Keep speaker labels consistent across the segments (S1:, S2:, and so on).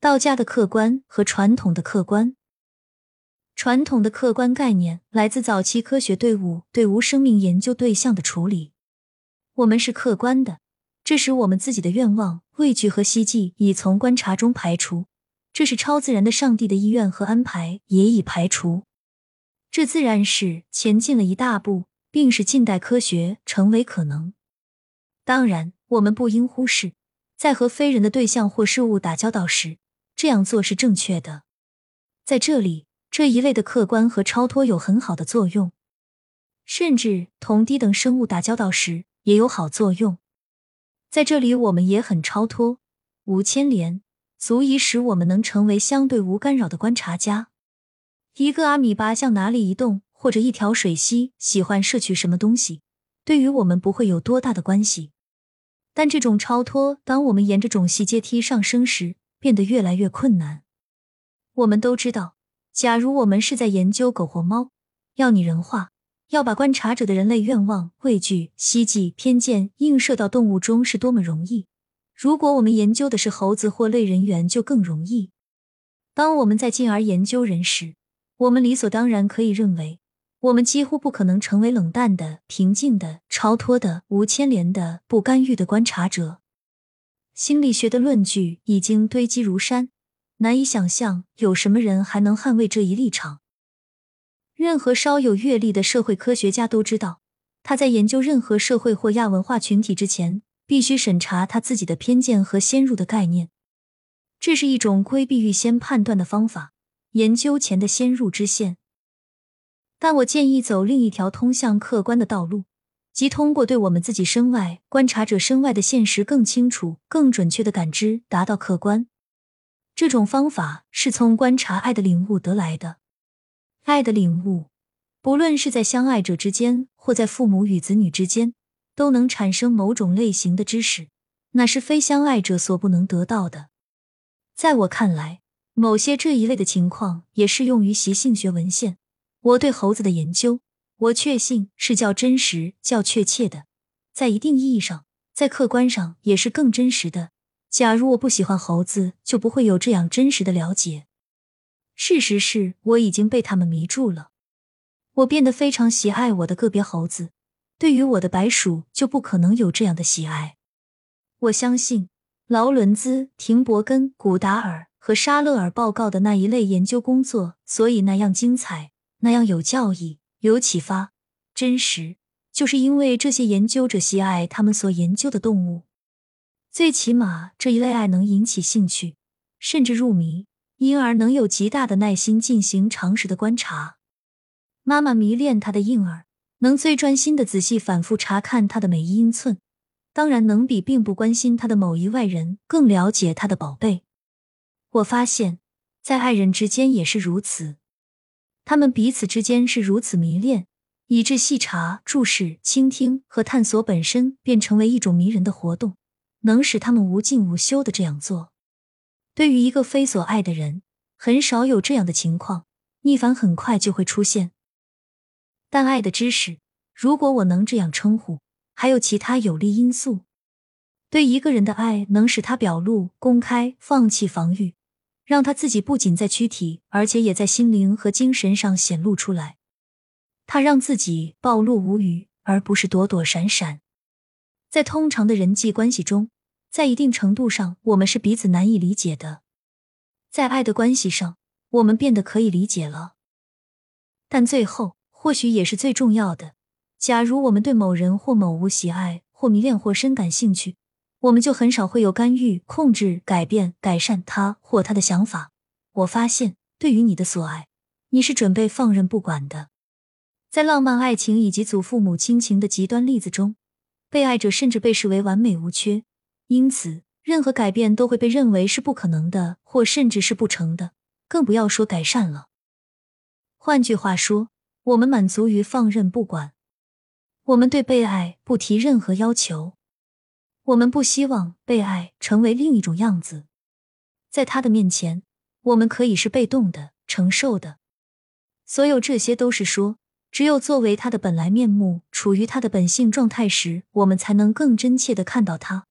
S1: 道家的客观和传统的客观。传统的客观概念来自早期科学队伍对无生命研究对象的处理。我们是客观的，这使我们自己的愿望、畏惧和希冀已从观察中排除，这是超自然的上帝的意愿和安排也已排除。这自然是前进了一大步，并使近代科学成为可能。当然，我们不应忽视，在和非人的对象或事物打交道时，这样做是正确的。在这里，这一类的客观和超脱有很好的作用，甚至同低等生物打交道时也有好作用。在这里我们也很超脱，无牵连，足以使我们能成为相对无干扰的观察家。一个阿米巴向哪里移动，或者一条水螅喜欢摄取什么东西，对于我们不会有多大的关系。但这种超脱，当我们沿着种系阶梯上升时，变得越来越困难。我们都知道，假如我们是在研究狗或猫，要拟人化，要把观察者的人类愿望、畏惧、希冀、偏见映射到动物中是多么容易。如果我们研究的是猴子或类人猿就更容易。当我们在进而研究人时，我们理所当然可以认为，我们几乎不可能成为冷淡的、平静的、超脱的、无牵连的、不干预的观察者。心理学的论据已经堆积如山，难以想象有什么人还能捍卫这一立场。任何稍有阅历的社会科学家都知道，他在研究任何社会或亚文化群体之前，必须审查他自己的偏见和先入的概念。这是一种规避预先判断的方法，研究前的先入之线。但我建议走另一条通向客观的道路，即通过对我们自己身外、观察者身外的现实更清楚、更准确的感知，达到客观。这种方法是从观察爱的领悟得来的。爱的领悟，不论是在相爱者之间，或在父母与子女之间，都能产生某种类型的知识，那是非相爱者所不能得到的。在我看来，某些这一类的情况也适用于习性学文献。我对猴子的研究，我确信是较真实、较确切的，在一定意义上，在客观上也是更真实的。假如我不喜欢猴子，就不会有这样真实的了解。事实是，我已经被他们迷住了。我变得非常喜爱我的个别猴子，对于我的白鼠就不可能有这样的喜爱。我相信劳伦兹、廷伯根、古达尔和沙勒尔报告的那一类研究工作，所以那样精彩，那样有教义、有启发、真实，就是因为这些研究者喜爱他们所研究的动物。最起码这一类爱能引起兴趣，甚至入迷，因而能有极大的耐心进行常识的观察。妈妈迷恋她的婴儿，能最专心地仔细反复查看他的每一英寸，当然能比并不关心他的某一外人更了解他的宝贝。我发现，在爱人之间也是如此，他们彼此之间是如此迷恋，以致细查、注视、倾听和探索本身便成为一种迷人的活动，能使他们无尽无休地这样做。对于一个非所爱的人，很少有这样的情况，逆反很快就会出现。但爱的知识，如果我能这样称呼，还有其他有利因素。对一个人的爱能使他表露、公开、放弃防御，让他自己不仅在躯体，而且也在心灵和精神上显露出来。他让自己暴露无余，而不是躲躲闪闪。在通常的人际关系中，在一定程度上，我们是彼此难以理解的。在爱的关系上，我们变得可以理解了。但最后，或许也是最重要的，假如我们对某人或某物喜爱，或迷恋或深感兴趣，我们就很少会有干预、控制、改变、改善他或他的想法。我发现，对于你的所爱，你是准备放任不管的。在浪漫爱情以及祖父母亲情的极端例子中，被爱者甚至被视为完美无缺，因此任何改变都会被认为是不可能的，或甚至是不成的，更不要说改善了。换句话说，我们满足于放任不管。我们对被爱不提任何要求。我们不希望被爱成为另一种样子。在他的面前，我们可以是被动的、承受的。所有这些都是说，只有作为他的本来面目，处于他的本性状态时，我们才能更真切地看到他，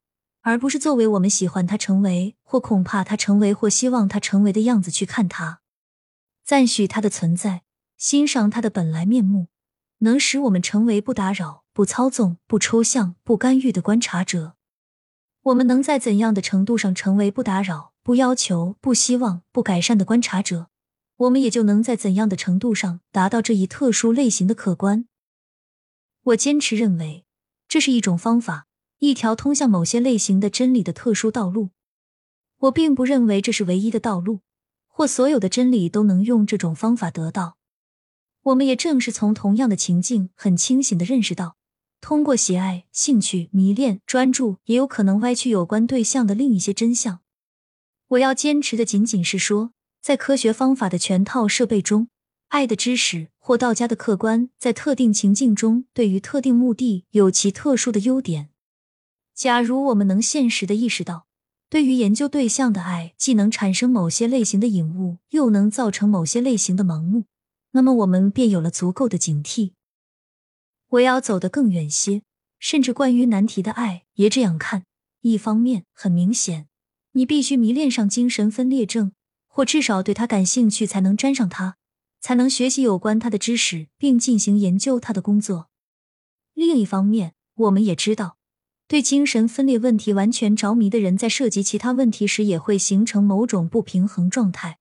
S1: 而不是作为我们喜欢他成为，或恐怕他成为，或希望他成为的样子去看他。赞许他的存在，欣赏他的本来面目，能使我们成为不打扰、不操纵、不抽象、不干预的观察者。我们能在怎样的程度上成为不打扰、不要求、不希望、不改善的观察者，我们也就能在怎样的程度上达到这一特殊类型的客观。我坚持认为，这是一种方法，一条通向某些类型的真理的特殊道路。我并不认为这是唯一的道路，或所有的真理都能用这种方法得到。我们也正是从同样的情境很清醒地认识到，通过喜爱、兴趣、迷恋、专注，也有可能歪曲有关对象的另一些真相。我要坚持的仅仅是说，在科学方法的全套设备中，爱的知识或道家的客观在特定情境中对于特定目的有其特殊的优点。假如我们能现实地意识到，对于研究对象的爱既能产生某些类型的引悟，又能造成某些类型的盲目，那么我们便有了足够的警惕。我要走得更远些，甚至关于难题的爱也这样看。一方面，很明显，你必须迷恋上精神分裂症，或至少对他感兴趣才能沾上他，才能学习有关他的知识并进行研究他的工作。另一方面，我们也知道，对精神分裂问题完全着迷的人在涉及其他问题时也会形成某种不平衡状态。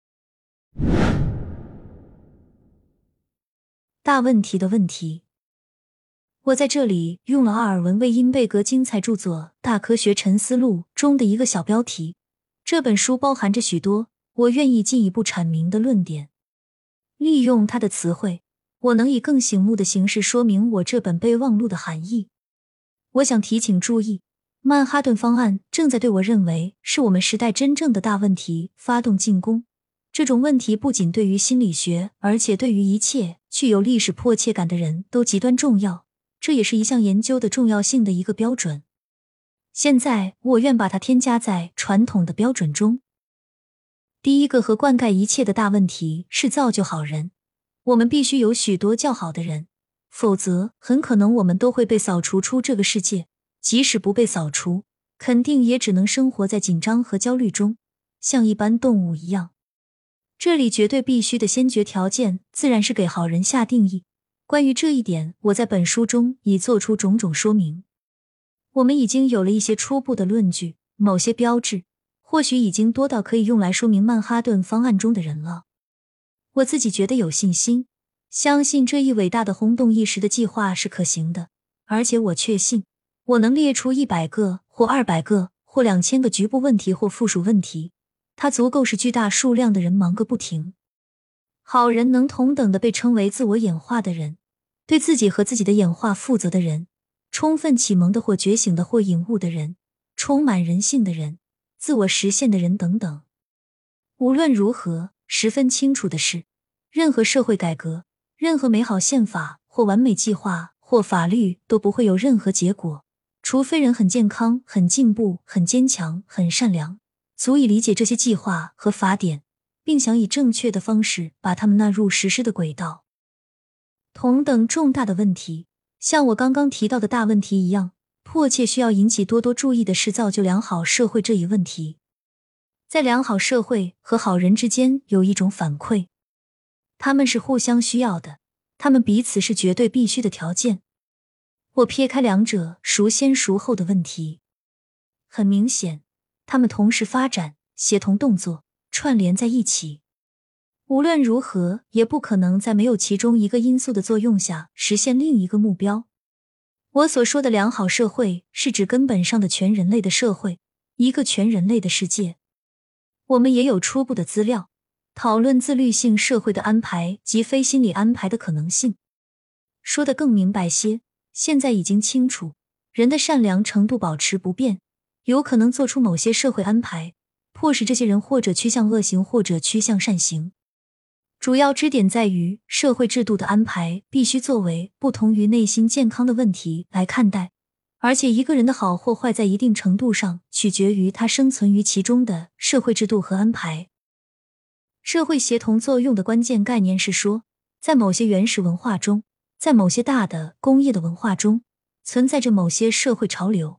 S1: 大问题的问题。我在这里用了阿尔文·魏因贝格精彩著作《大科学沉思录》中的一个小标题。这本书包含着许多我愿意进一步阐明的论点。利用它的词汇，我能以更醒目的形式说明我这本备忘录的含义。我想提请注意，曼哈顿方案正在对我认为是我们时代真正的大问题发动进攻。这种问题不仅对于心理学，而且对于一切具有历史迫切感的人都极端重要，这也是一项研究的重要性的一个标准。现在我愿把它添加在传统的标准中。第一个和灌溉一切的大问题是造就好人。我们必须有许多较好的人，否则很可能我们都会被扫除出这个世界，即使不被扫除，肯定也只能生活在紧张和焦虑中，像一般动物一样。这里绝对必须的先决条件自然是给好人下定义。关于这一点，我在本书中已做出种种说明。我们已经有了一些初步的论据，某些标志或许已经多到可以用来说明曼哈顿方案中的人了。我自己觉得有信心，相信这一伟大的轰动一时的计划是可行的，而且我确信，我能列出100个或200个或2000个局部问题或附属问题，它足够使巨大数量的人忙个不停。好人能同等的被称为自我演化的人，对自己和自己的演化负责的人，充分启蒙的或觉醒的或领悟的人，充满人性的人，自我实现的人等等。无论如何，十分清楚的是，任何社会改革，任何美好宪法或完美计划或法律都不会有任何结果，除非人很健康、很进步、很坚强、很善良，足以理解这些计划和法典，并想以正确的方式把它们纳入实施的轨道。同等重大的问题，像我刚刚提到的大问题一样，迫切需要引起多多注意的是造就良好社会这一问题。在良好社会和好人之间有一种反馈，他们是互相需要的，他们彼此是绝对必须的条件。我撇开两者孰先孰后的问题，很明显，他们同时发展，协同动作，串联在一起。无论如何，也不可能在没有其中一个因素的作用下实现另一个目标。我所说的良好社会是指根本上的全人类的社会，一个全人类的世界。我们也有初步的资料，讨论自律性社会的安排及非心理安排的可能性。说得更明白些，现在已经清楚，人的善良程度保持不变，有可能做出某些社会安排，迫使这些人或者趋向恶行或者趋向善行。主要支点在于社会制度的安排必须作为不同于内心健康的问题来看待，而且一个人的好或坏在一定程度上取决于他生存于其中的社会制度和安排。社会协同作用的关键概念是说，在某些原始文化中，在某些大的工业的文化中，存在着某些社会潮流，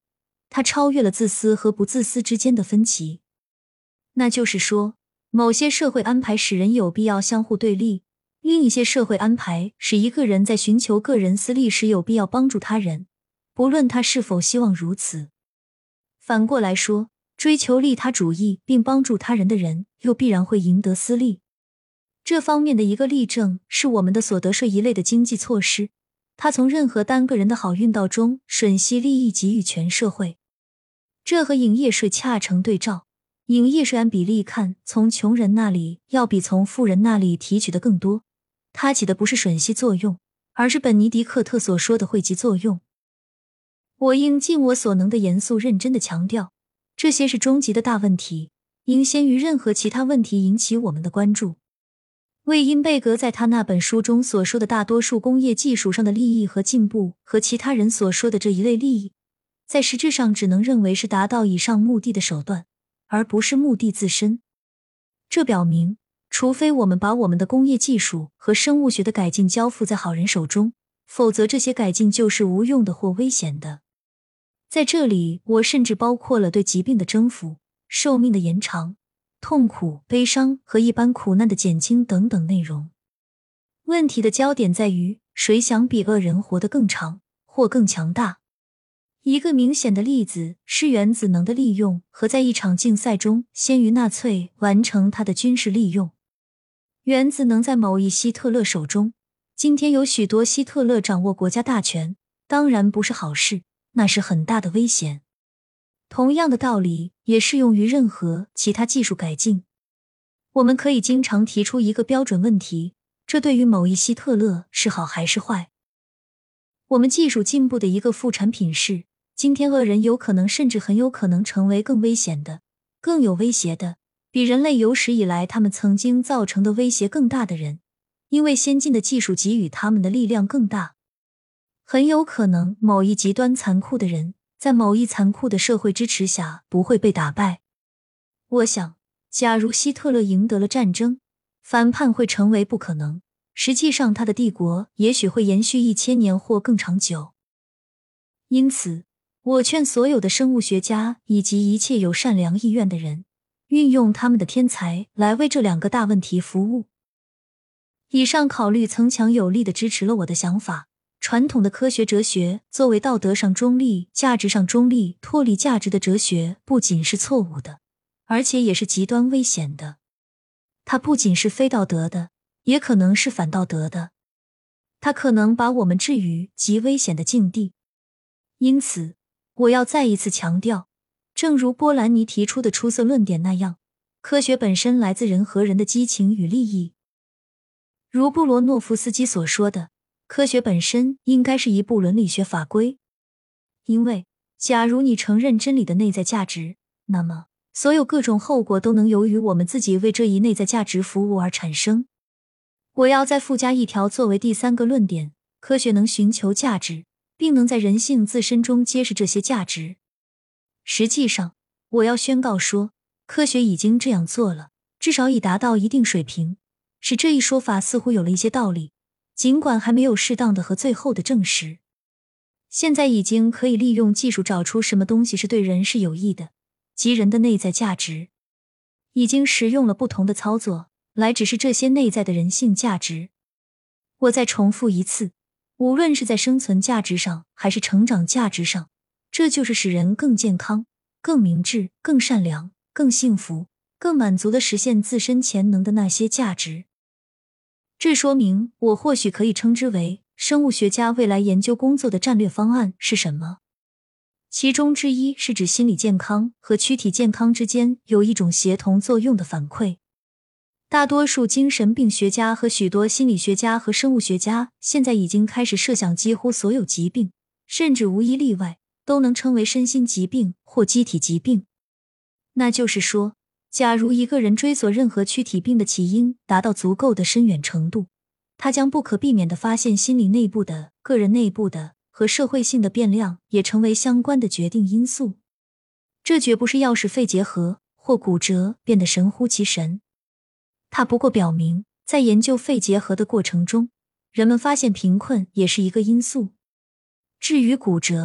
S1: 它超越了自私和不自私之间的分歧。那就是说，某些社会安排使人有必要相互对立，另一些社会安排使一个人在寻求个人私利时有必要帮助他人，不论他是否希望如此。反过来说，追求利他主义并帮助他人的人，又必然会赢得私利。这方面的一个例证是我们的所得税一类的经济措施，它从任何单个人的好运道中吮吸利益给予全社会。这和营业税恰成对照，营业税按比例看，从穷人那里要比从富人那里提取的更多，它起的不是吮吸作用，而是本尼迪克特所说的惠及作用。我应尽我所能的严肃认真地强调，这些是终极的大问题，应先于任何其他问题引起我们的关注。魏因贝格在他那本书中所说的大多数工业技术上的利益和进步，和其他人所说的这一类利益，在实质上只能认为是达到以上目的的手段，而不是目的自身。这表明，除非我们把我们的工业技术和生物学的改进交付在好人手中，否则这些改进就是无用的或危险的。在这里，我甚至包括了对疾病的征服、寿命的延长、痛苦、悲伤和一般苦难的减轻等等内容。问题的焦点在于，谁想比恶人活得更长，或更强大。一个明显的例子是原子能的利用和在一场竞赛中先于纳粹完成它的军事利用。原子能在某一希特勒手中，今天有许多希特勒掌握国家大权，当然不是好事，那是很大的危险。同样的道理也适用于任何其他技术改进。我们可以经常提出一个标准问题，这对于某一希特勒是好还是坏？我们技术进步的一个副产品是，今天恶人有可能甚至很有可能成为更危险的、更有威胁的，比人类有史以来他们曾经造成的威胁更大的人，因为先进的技术给予他们的力量更大。很有可能某一极端残酷的人在某一残酷的社会支持下不会被打败。我想，假如希特勒赢得了战争，反叛会成为不可能，实际上他的帝国也许会延续1000年或更长久。因此，我劝所有的生物学家以及一切有善良意愿的人，运用他们的天才来为这两个大问题服务。以上考虑曾强有力地支持了我的想法。传统的科学哲学作为道德上中立、价值上中立、脱离价值的哲学，不仅是错误的，而且也是极端危险的。它不仅是非道德的，也可能是反道德的。它可能把我们置于极危险的境地。因此，我要再一次强调，正如波兰尼提出的出色论点那样，科学本身来自人和人的激情与利益。如布罗诺夫斯基所说的，科学本身应该是一部伦理学法规，因为假如你承认真理的内在价值，那么所有各种后果都能由于我们自己为这一内在价值服务而产生。我要再附加一条作为第三个论点，科学能寻求价值，并能在人性自身中揭示这些价值。实际上，我要宣告说，科学已经这样做了，至少已达到一定水平，使这一说法似乎有了一些道理。尽管还没有适当的和最后的证实，现在已经可以利用技术找出什么东西是对人是有益的，即人的内在价值。已经实用了不同的操作，来指示这些内在的人性价值。我再重复一次，无论是在生存价值上还是成长价值上，这就是使人更健康、更明智、更善良、更幸福、更满足地实现自身潜能的那些价值。这说明我或许可以称之为生物学家未来研究工作的战略方案是什么。其中之一是指心理健康和躯体健康之间有一种协同作用的反馈。大多数精神病学家和许多心理学家和生物学家现在已经开始设想几乎所有疾病，甚至无一例外，都能称为身心疾病或机体疾病。那就是说，假如一个人追索任何躯体病的起因达到足够的深远程度，他将不可避免地发现心理内部的、个人内部的和社会性的变量也成为相关的决定因素。这绝不是要使肺结核或骨折变得神乎其神。它不过表明，在研究肺结核的过程中，人们发现贫困也是一个因素。至于骨折，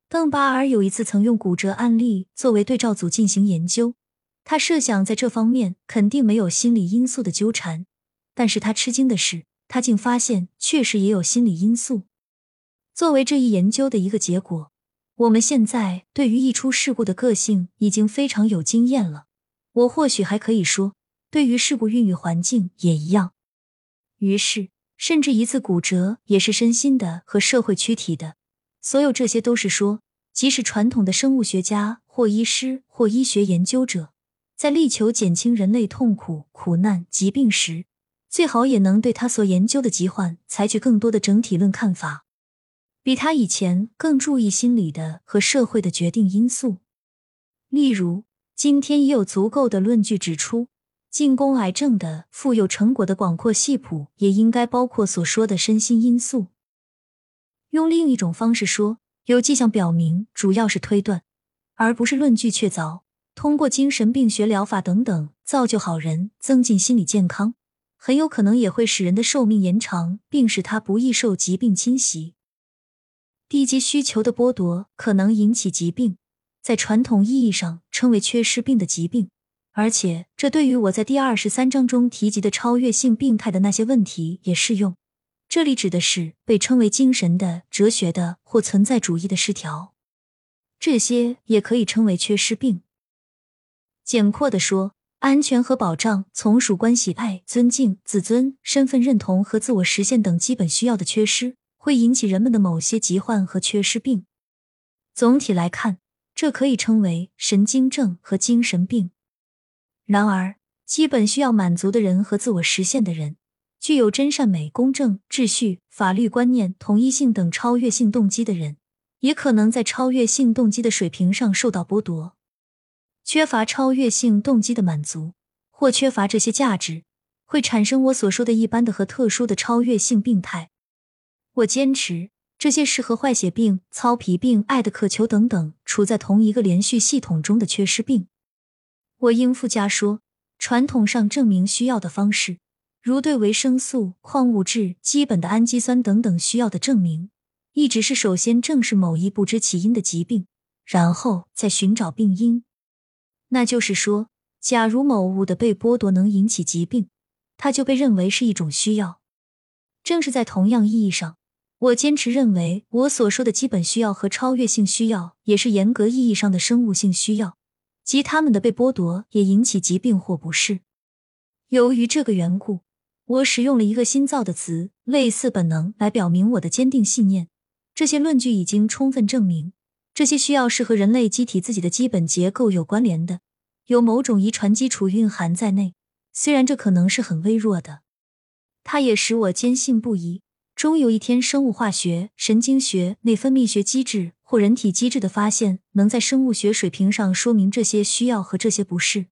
S1: 邓巴尔有一次曾用骨折案例作为对照组进行研究，他设想在这方面肯定没有心理因素的纠缠，但是他吃惊的是，他竟发现确实也有心理因素。作为这一研究的一个结果，我们现在对于一出事故的个性已经非常有经验了。我或许还可以说，对于事故孕育环境也一样。于是，甚至一次骨折也是身心的和社会躯体的。所有这些都是说，即使传统的生物学家或医师或医学研究者，在力求减轻人类痛苦、苦难、疾病时，最好也能对他所研究的疾患采取更多的整体论看法，比他以前更注意心理的和社会的决定因素。例如，今天也有足够的论据指出，进攻癌症的富有成果的广阔系谱也应该包括所说的身心因素。用另一种方式说，有迹象表明，主要是推断，而不是论据确凿，通过精神病学疗法等等造就好人，增进心理健康，很有可能也会使人的寿命延长，并使他不易受疾病侵袭。低级需求的剥夺可能引起疾病，在传统意义上称为缺失病的疾病，而且这对于我在第23章中提及的超越性病态的那些问题也适用。这里指的是被称为精神的、哲学的或存在主义的失调，这些也可以称为缺失病。简括地说，安全和保障、从属关系、爱、尊敬、自尊、身份认同和自我实现等基本需要的缺失，会引起人们的某些疾患和缺失病。总体来看，这可以称为神经症和精神病。然而，基本需要满足的人和自我实现的人，具有真善美、公正、秩序、法律观念、统一性等超越性动机的人，也可能在超越性动机的水平上受到剥夺。缺乏超越性动机的满足，或缺乏这些价值，会产生我所说的一般的和特殊的超越性病态。我坚持，这些是和坏血病、糙皮病、爱的渴求等等处在同一个连续系统中的缺失病。我应附加说，传统上证明需要的方式，如对维生素、矿物质、基本的氨基酸等等需要的证明，一直是首先正视某一不知起因的疾病，然后再寻找病因。那就是说，假如某物的被剥夺能引起疾病，它就被认为是一种需要。正是在同样意义上，我坚持认为我所说的基本需要和超越性需要也是严格意义上的生物性需要，即它们的被剥夺也引起疾病或不适。由于这个缘故，我使用了一个新造的词，类似本能，来表明我的坚定信念。这些论据已经充分证明，这些需要是和人类机体自己的基本结构有关联的，有某种遗传基础蕴含在内，虽然这可能是很微弱的。它也使我坚信不疑，终有一天生物化学、神经学、内分泌学机制或人体机制的发现，能在生物学水平上说明这些需要和这些不适。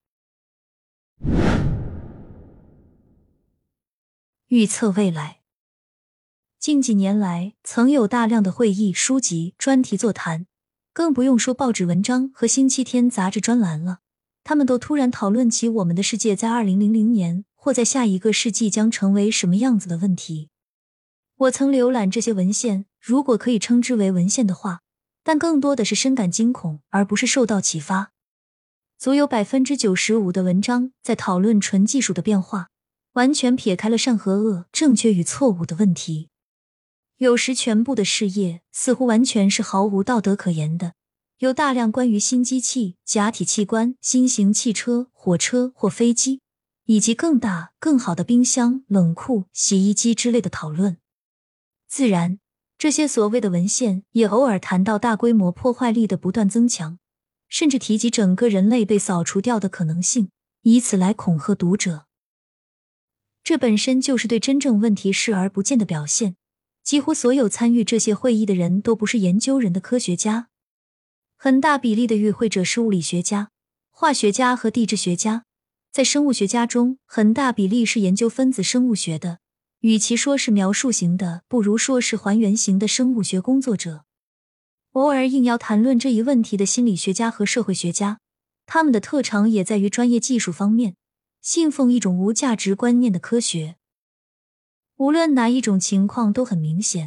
S1: 预测未来。近几年来，曾有大量的会议、书籍、专题座谈，更不用说报纸文章和星期天杂志专栏了。他们都突然讨论起我们的世界在2000年或在下一个世纪将成为什么样子的问题。我曾浏览这些文献，如果可以称之为文献的话，但更多的是深感惊恐，而不是受到启发。足有 95% 的文章在讨论纯技术的变化，完全撇开了善和恶、正确与错误的问题。有时全部的事业似乎完全是毫无道德可言的，有大量关于新机器、假体器官、新型汽车、火车或飞机，以及更大、更好的冰箱、冷库、洗衣机之类的讨论。自然，这些所谓的文献也偶尔谈到大规模破坏力的不断增强，甚至提及整个人类被扫除掉的可能性，以此来恐吓读者。这本身就是对真正问题视而不见的表现。几乎所有参与这些会议的人都不是研究人的科学家，很大比例的与会者是物理学家、化学家和地质学家。在生物学家中，很大比例是研究分子生物学的，与其说是描述型的，不如说是还原型的生物学工作者。偶尔硬要谈论这一问题的心理学家和社会学家，他们的特长也在于专业技术方面，信奉一种无价值观念的科学。无论哪一种情况都很明显，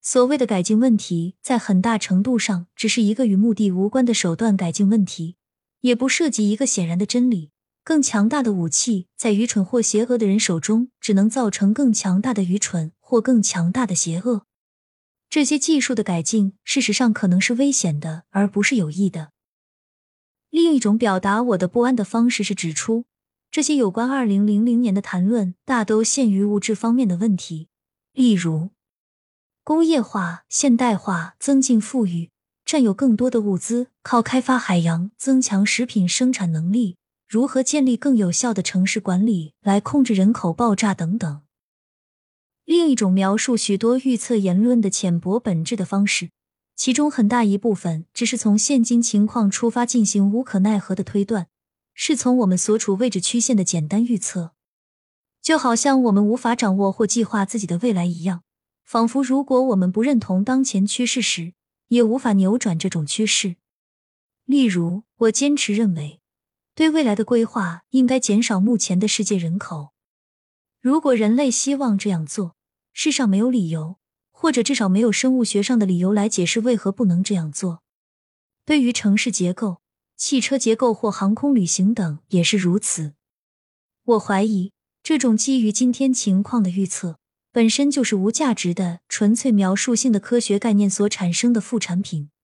S1: 所谓的改进问题，在很大程度上只是一个与目的无关的手段改进问题，也不涉及一个显然的真理。更强大的武器，在愚蠢或邪恶的人手中，只能造成更强大的愚蠢或更强大的邪恶。这些技术的改进，事实上可能是危险的，而不是有益的。另一种表达我的不安的方式是指出，这些有关2000年的谈论大都限于物质方面的问题，例如工业化、现代化、增进富裕、占有更多的物资、靠开发海洋、增强食品生产能力、如何建立更有效的城市管理来控制人口爆炸等等。另一种描述许多预测言论的浅薄本质的方式，其中很大一部分只是从现今情况出发进行无可奈何的推断，是从我们所处位置曲线的简单预测。就好像我们无法掌握或计划自己的未来一样，仿佛如果我们不认同当前趋势时，也无法扭转这种趋势。例如，我坚持认为，对未来的规划应该减少目前的世界人口。如果人类希望这样做，世上没有理由，或者至少没有生物学上的理由来解释为何不能这样做。对于城市结构、汽车结构或航空旅行等也是如此。我怀疑，这种基于今天情况的预测，本身就是无价值的、纯粹描述性的科学概念所产生的副产品。